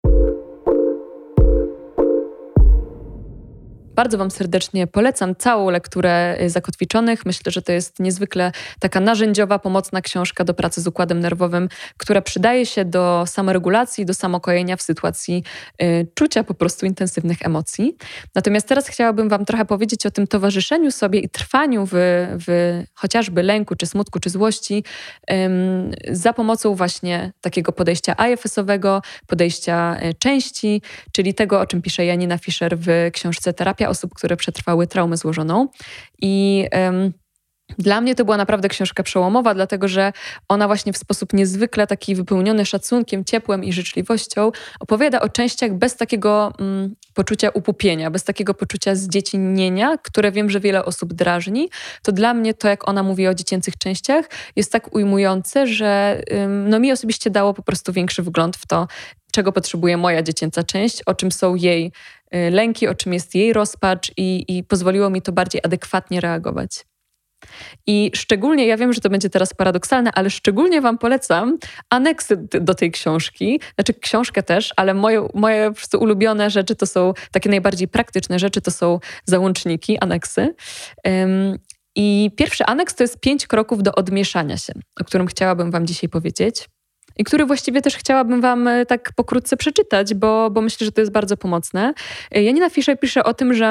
Bardzo wam serdecznie polecam całą lekturę Zakotwiczonych. Myślę, że to jest niezwykle taka narzędziowa, pomocna książka do pracy z układem nerwowym, która przydaje się do samoregulacji, do samokojenia w sytuacji czucia po prostu intensywnych emocji. Natomiast teraz chciałabym wam trochę powiedzieć o tym towarzyszeniu sobie i trwaniu w chociażby lęku, czy smutku, czy złości za pomocą właśnie takiego podejścia IFS-owego, podejścia części, czyli tego, o czym pisze Janina Fischer w książce Terapia osób, które przetrwały traumę złożoną. I dla mnie to była naprawdę książka przełomowa, dlatego że ona właśnie w sposób niezwykle taki wypełniony szacunkiem, ciepłem i życzliwością opowiada o częściach bez takiego poczucia upupienia, bez takiego poczucia zdziecinnienia, które wiem, że wiele osób drażni. To dla mnie to, jak ona mówi o dziecięcych częściach, jest tak ujmujące, że mi osobiście dało po prostu większy wgląd w to, czego potrzebuje moja dziecięca część, o czym są jej lęki, o czym jest jej rozpacz i pozwoliło mi to bardziej adekwatnie reagować. I szczególnie, ja wiem, że to będzie teraz paradoksalne, ale szczególnie wam polecam aneksy do tej książki. Znaczy książkę też, ale moje po prostu ulubione rzeczy to są takie najbardziej praktyczne rzeczy, to są załączniki, aneksy. I pierwszy aneks to jest 5 kroków do odmieszania się, o którym chciałabym wam dzisiaj powiedzieć. I który właściwie też chciałabym wam tak pokrótce przeczytać, bo myślę, że to jest bardzo pomocne. Janina Fischer pisze o tym,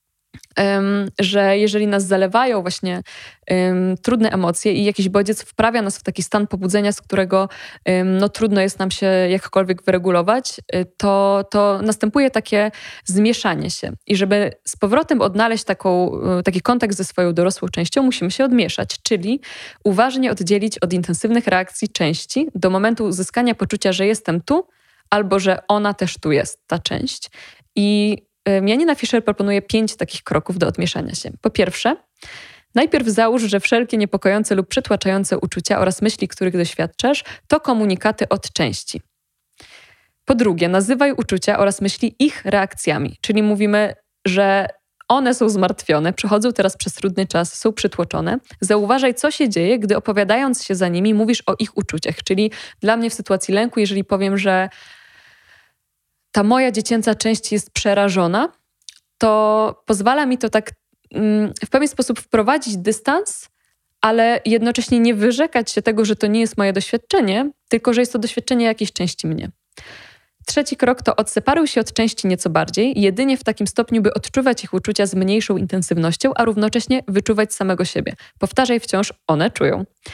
że jeżeli nas zalewają właśnie trudne emocje i jakiś bodziec wprawia nas w taki stan pobudzenia, z którego trudno jest nam się jakkolwiek wyregulować, to następuje takie zmieszanie się. I żeby z powrotem odnaleźć taki kontakt ze swoją dorosłą częścią, musimy się odmieszać, czyli uważnie oddzielić od intensywnych reakcji części do momentu uzyskania poczucia, że jestem tu, albo że ona też tu jest, ta część. I Janina Fischer proponuje 5 takich kroków do odmieszania się. Po pierwsze, najpierw załóż, że wszelkie niepokojące lub przytłaczające uczucia oraz myśli, których doświadczasz, to komunikaty od części. Po drugie, nazywaj uczucia oraz myśli ich reakcjami, czyli mówimy, że one są zmartwione, przechodzą teraz przez trudny czas, są przytłoczone. Zauważaj, co się dzieje, gdy opowiadając się za nimi, mówisz o ich uczuciach. Czyli dla mnie w sytuacji lęku, jeżeli powiem, że ta moja dziecięca część jest przerażona, to pozwala mi to tak w pewien sposób wprowadzić dystans, ale jednocześnie nie wyrzekać się tego, że to nie jest moje doświadczenie, tylko że jest to doświadczenie jakiejś części mnie. Trzeci krok to odseparuj się od części nieco bardziej, jedynie w takim stopniu, by odczuwać ich uczucia z mniejszą intensywnością, a równocześnie wyczuwać samego siebie. Powtarzaj wciąż, one czują.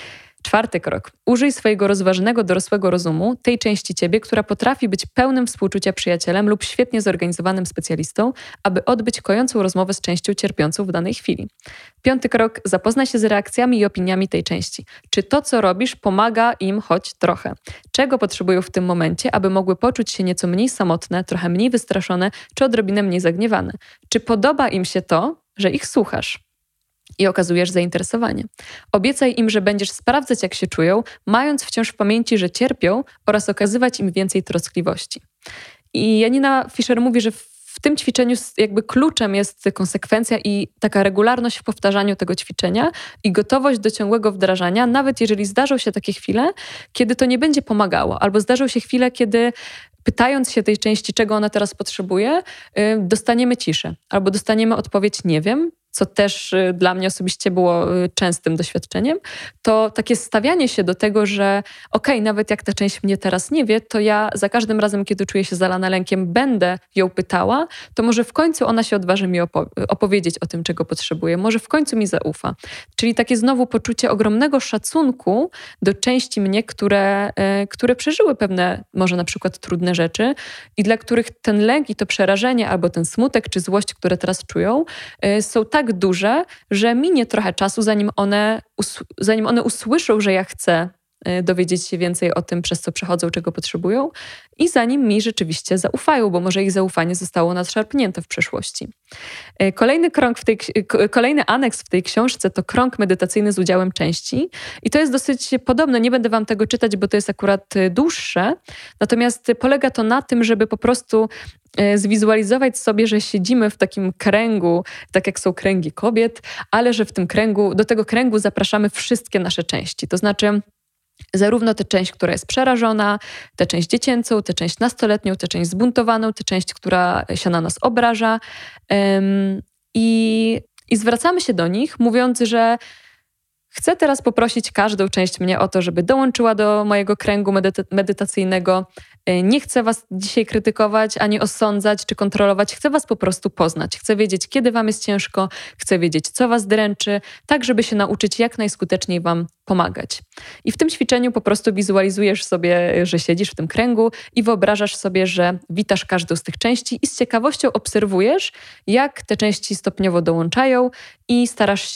4. krok. Użyj swojego rozważonego dorosłego rozumu, tej części ciebie, która potrafi być pełnym współczucia przyjacielem lub świetnie zorganizowanym specjalistą, aby odbyć kojącą rozmowę z częścią cierpiącą w danej chwili. 5. krok. Zapoznaj się z reakcjami i opiniami tej części. Czy to, co robisz, pomaga im choć trochę? Czego potrzebują w tym momencie, aby mogły poczuć się nieco mniej samotne, trochę mniej wystraszone, czy odrobinę mniej zagniewane? Czy podoba im się to, że ich słuchasz i okazujesz zainteresowanie? Obiecaj im, że będziesz sprawdzać, jak się czują, mając wciąż w pamięci, że cierpią, oraz okazywać im więcej troskliwości. I Janina Fischer mówi, że w tym ćwiczeniu jakby kluczem jest konsekwencja i taka regularność w powtarzaniu tego ćwiczenia i gotowość do ciągłego wdrażania, nawet jeżeli zdarzą się takie chwile, kiedy to nie będzie pomagało, albo zdarzą się chwile, kiedy pytając się tej części, czego ona teraz potrzebuje, dostaniemy ciszę albo dostaniemy odpowiedź nie wiem, co też dla mnie osobiście było częstym doświadczeniem, to takie stawianie się do tego, że nawet jak ta część mnie teraz nie wie, to ja za każdym razem, kiedy czuję się zalana lękiem, będę ją pytała, to może w końcu ona się odważy mi opowiedzieć o tym, czego potrzebuje, może w końcu mi zaufa. Czyli takie znowu poczucie ogromnego szacunku do części mnie, które przeżyły pewne, może na przykład trudne rzeczy i dla których ten lęk i to przerażenie albo ten smutek czy złość, które teraz czują, są tak duże, że minie trochę czasu, zanim one usłyszą, że ja chcę dowiedzieć się więcej o tym, przez co przechodzą, czego potrzebują i zanim mi rzeczywiście zaufają, bo może ich zaufanie zostało nadszarpnięte w przeszłości. Kolejny aneks w tej książce to krąg medytacyjny z udziałem części i to jest dosyć podobne, nie będę wam tego czytać, bo to jest akurat dłuższe, natomiast polega to na tym, żeby po prostu zwizualizować sobie, że siedzimy w takim kręgu, tak jak są kręgi kobiet, ale że w tym kręgu, do tego kręgu zapraszamy wszystkie nasze części, to znaczy zarówno tę część, która jest przerażona, tę część dziecięcą, tę część nastoletnią, tę część zbuntowaną, tę część, która się na nas obraża. I zwracamy się do nich, mówiąc, że chcę teraz poprosić każdą część mnie o to, żeby dołączyła do mojego kręgu medytacyjnego. Nie chcę was dzisiaj krytykować, ani osądzać, czy kontrolować. Chcę was po prostu poznać. Chcę wiedzieć, kiedy wam jest ciężko. Chcę wiedzieć, co was dręczy, tak żeby się nauczyć jak najskuteczniej wam pomagać. I w tym ćwiczeniu po prostu wizualizujesz sobie, że siedzisz w tym kręgu i wyobrażasz sobie, że witasz każdą z tych części i z ciekawością obserwujesz, jak te części stopniowo dołączają i starasz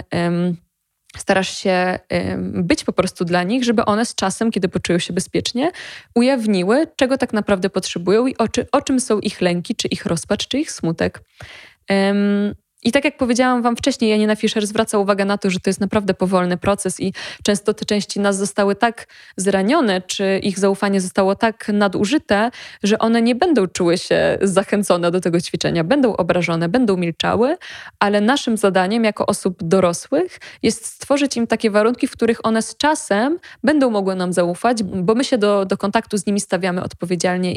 się być po prostu dla nich, żeby one z czasem, kiedy poczują się bezpiecznie, ujawniły, czego tak naprawdę potrzebują i o czym są ich lęki, czy ich rozpacz, czy ich smutek. I tak jak powiedziałam wam wcześniej, Janina Fischer zwraca uwagę na to, że to jest naprawdę powolny proces i często te części nas zostały tak zranione, czy ich zaufanie zostało tak nadużyte, że one nie będą czuły się zachęcone do tego ćwiczenia, będą obrażone, będą milczały, ale naszym zadaniem jako osób dorosłych jest stworzyć im takie warunki, w których one z czasem będą mogły nam zaufać, bo my się do kontaktu z nimi stawiamy odpowiedzialnie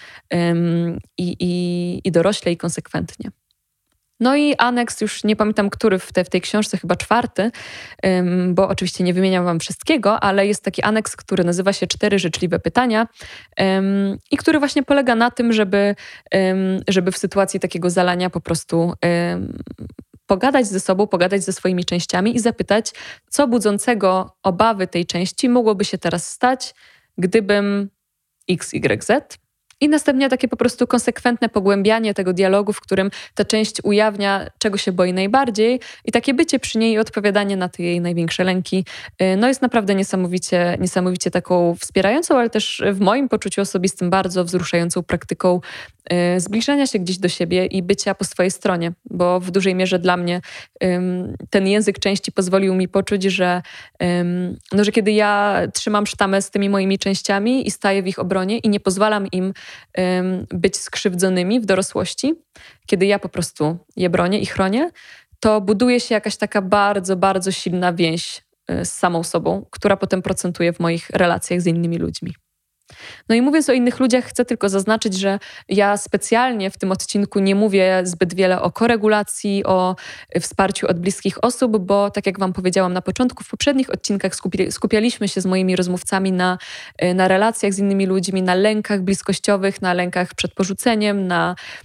i dorośle i konsekwentnie. No i aneks, już nie pamiętam, który w tej książce, chyba 4, bo oczywiście nie wymieniam wam wszystkiego, ale jest taki aneks, który nazywa się 4 życzliwe pytania i który właśnie polega na tym, żeby w sytuacji takiego zalania po prostu pogadać ze sobą, pogadać ze swoimi częściami i zapytać, co budzącego obawy tej części mogłoby się teraz stać, gdybym XYZ. I następnie takie po prostu konsekwentne pogłębianie tego dialogu, w którym ta część ujawnia, czego się boi najbardziej i takie bycie przy niej i odpowiadanie na te jej największe lęki, no jest naprawdę niesamowicie taką wspierającą, ale też w moim poczuciu osobistym bardzo wzruszającą praktyką zbliżania się gdzieś do siebie i bycia po swojej stronie, bo w dużej mierze dla mnie ten język części pozwolił mi poczuć, że kiedy ja trzymam sztamę z tymi moimi częściami i staję w ich obronie i nie pozwalam im być skrzywdzonymi w dorosłości, kiedy ja po prostu je bronię i chronię, to buduje się jakaś taka bardzo, bardzo silna więź z samą sobą, która potem procentuje w moich relacjach z innymi ludźmi. No i mówiąc o innych ludziach, chcę tylko zaznaczyć, że ja specjalnie w tym odcinku nie mówię zbyt wiele o koregulacji, o wsparciu od bliskich osób, bo tak jak wam powiedziałam na początku, w poprzednich odcinkach skupialiśmy się z moimi rozmówcami na relacjach z innymi ludźmi, na lękach bliskościowych, na lękach przed porzuceniem, na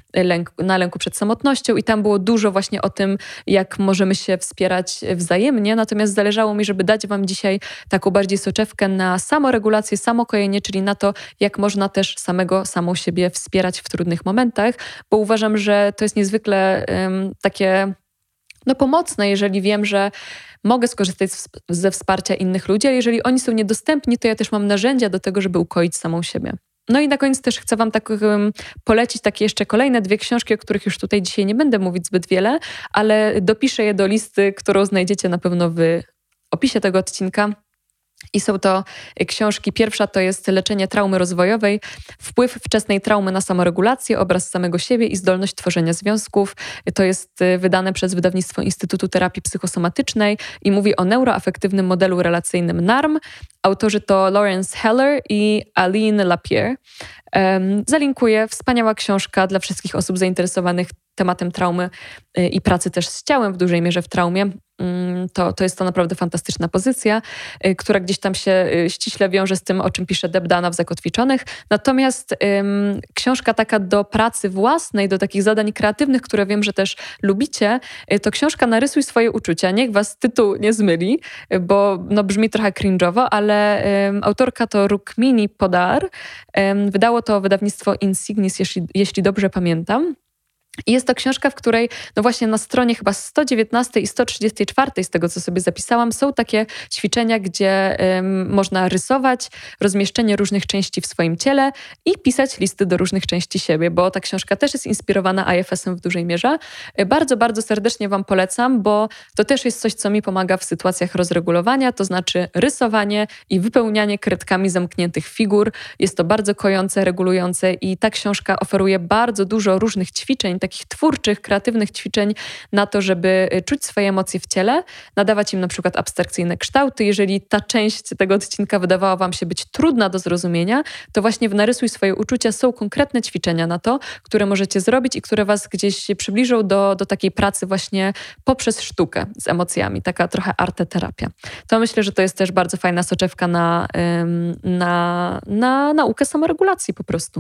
na lęku przed samotnością i tam było dużo właśnie o tym, jak możemy się wspierać wzajemnie. Natomiast zależało mi, żeby dać wam dzisiaj taką bardziej soczewkę na samoregulację, samokojenie, czyli na to, jak można też samą siebie wspierać w trudnych momentach, bo uważam, że to jest niezwykle takie pomocne, jeżeli wiem, że mogę skorzystać ze wsparcia innych ludzi, ale jeżeli oni są niedostępni, to ja też mam narzędzia do tego, żeby ukoić samą siebie. No i na koniec też chcę wam polecić takie jeszcze kolejne 2 książki, o których już tutaj dzisiaj nie będę mówić zbyt wiele, ale dopiszę je do listy, którą znajdziecie na pewno w opisie tego odcinka. I są to książki. Pierwsza to jest Leczenie traumy rozwojowej, wpływ wczesnej traumy na samoregulację, obraz samego siebie i zdolność tworzenia związków. To jest wydane przez wydawnictwo Instytutu Terapii Psychosomatycznej i mówi o neuroafektywnym modelu relacyjnym NARM. Autorzy to Lawrence Heller i Aline Lapierre. Zalinkuję. Wspaniała książka dla wszystkich osób zainteresowanych tematem traumy i pracy też z ciałem w dużej mierze w traumie. To jest to naprawdę fantastyczna pozycja, która gdzieś tam się ściśle wiąże z tym, o czym pisze Deb Dana w Zakotwiczonych. Natomiast książka taka do pracy własnej, do takich zadań kreatywnych, które wiem, że też lubicie, to książka Narysuj swoje uczucia. Niech was tytuł nie zmyli, bo brzmi trochę cringe'owo, ale autorka to Rukmini Podar. Wydało to wydawnictwo Insignis, jeśli dobrze pamiętam. I jest to książka, w której właśnie na stronie chyba 119 i 134 z tego, co sobie zapisałam, są takie ćwiczenia, gdzie można rysować rozmieszczenie różnych części w swoim ciele i pisać listy do różnych części siebie, bo ta książka też jest inspirowana IFS-em w dużej mierze. Bardzo, bardzo serdecznie wam polecam, bo to też jest coś, co mi pomaga w sytuacjach rozregulowania, to znaczy rysowanie i wypełnianie kredkami zamkniętych figur. Jest to bardzo kojące, regulujące i ta książka oferuje bardzo dużo różnych ćwiczeń, takich twórczych, kreatywnych ćwiczeń na to, żeby czuć swoje emocje w ciele, nadawać im na przykład abstrakcyjne kształty. Jeżeli ta część tego odcinka wydawała wam się być trudna do zrozumienia, to właśnie w Narysuj swoje uczucia są konkretne ćwiczenia na to, które możecie zrobić i które was gdzieś przybliżą do takiej pracy właśnie poprzez sztukę z emocjami. Taka trochę arteterapia. To myślę, że to jest też bardzo fajna soczewka na naukę samoregulacji po prostu.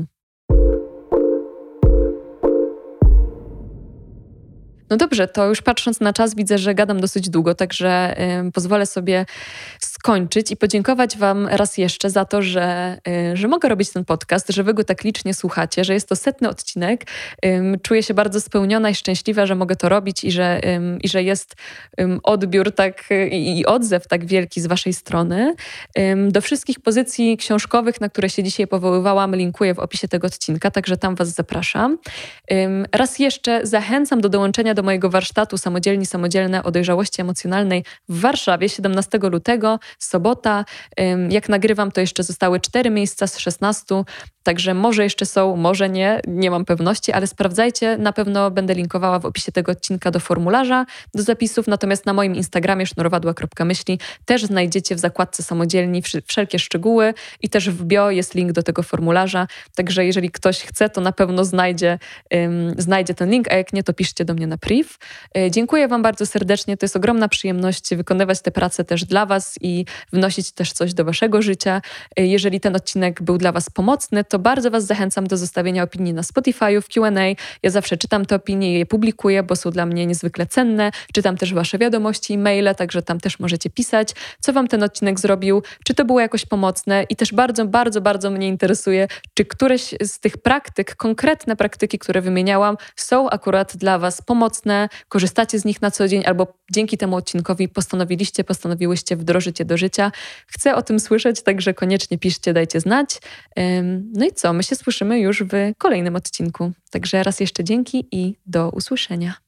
No dobrze, to już patrząc na czas widzę, że gadam dosyć długo, także pozwolę sobie skończyć i podziękować wam raz jeszcze za to, że mogę robić ten podcast, że wy go tak licznie słuchacie, że jest to 100. odcinek. Czuję się bardzo spełniona i szczęśliwa, że mogę to robić i że jest odbiór i odzew tak wielki z waszej strony. Do wszystkich pozycji książkowych, na które się dzisiaj powoływałam, linkuję w opisie tego odcinka, także tam was zapraszam. Raz jeszcze zachęcam do dołączenia do mojego warsztatu Samodzielne o dojrzałości emocjonalnej w Warszawie 17 lutego, sobota. Jak nagrywam, to jeszcze zostały 4 miejsca z 16, także może jeszcze są, może nie mam pewności, ale sprawdzajcie, na pewno będę linkowała w opisie tego odcinka do formularza, do zapisów, natomiast na moim Instagramie sznurowadła.myśli też znajdziecie w zakładce Samodzielni wszelkie szczegóły i też w bio jest link do tego formularza, także jeżeli ktoś chce, to na pewno znajdzie ten link, a jak nie, to piszcie do mnie na priv. Dziękuję wam bardzo serdecznie, to jest ogromna przyjemność wykonywać tę pracę też dla was i wnosić też coś do waszego życia. Jeżeli ten odcinek był dla was pomocny, to bardzo was zachęcam do zostawienia opinii na Spotify'u, w Q&A. Ja zawsze czytam te opinie i je publikuję, bo są dla mnie niezwykle cenne. Czytam też wasze wiadomości i maile, także tam też możecie pisać, co wam ten odcinek zrobił, czy to było jakoś pomocne i też bardzo, bardzo, bardzo mnie interesuje, czy któreś z tych praktyk, konkretne praktyki, które wymieniałam, są akurat dla was pomocne, korzystacie z nich na co dzień albo dzięki temu odcinkowi postanowiłyście wdrożyć je do życia. Chcę o tym słyszeć, także koniecznie piszcie, dajcie znać. No i co? My się słyszymy już w kolejnym odcinku. Także raz jeszcze dzięki i do usłyszenia.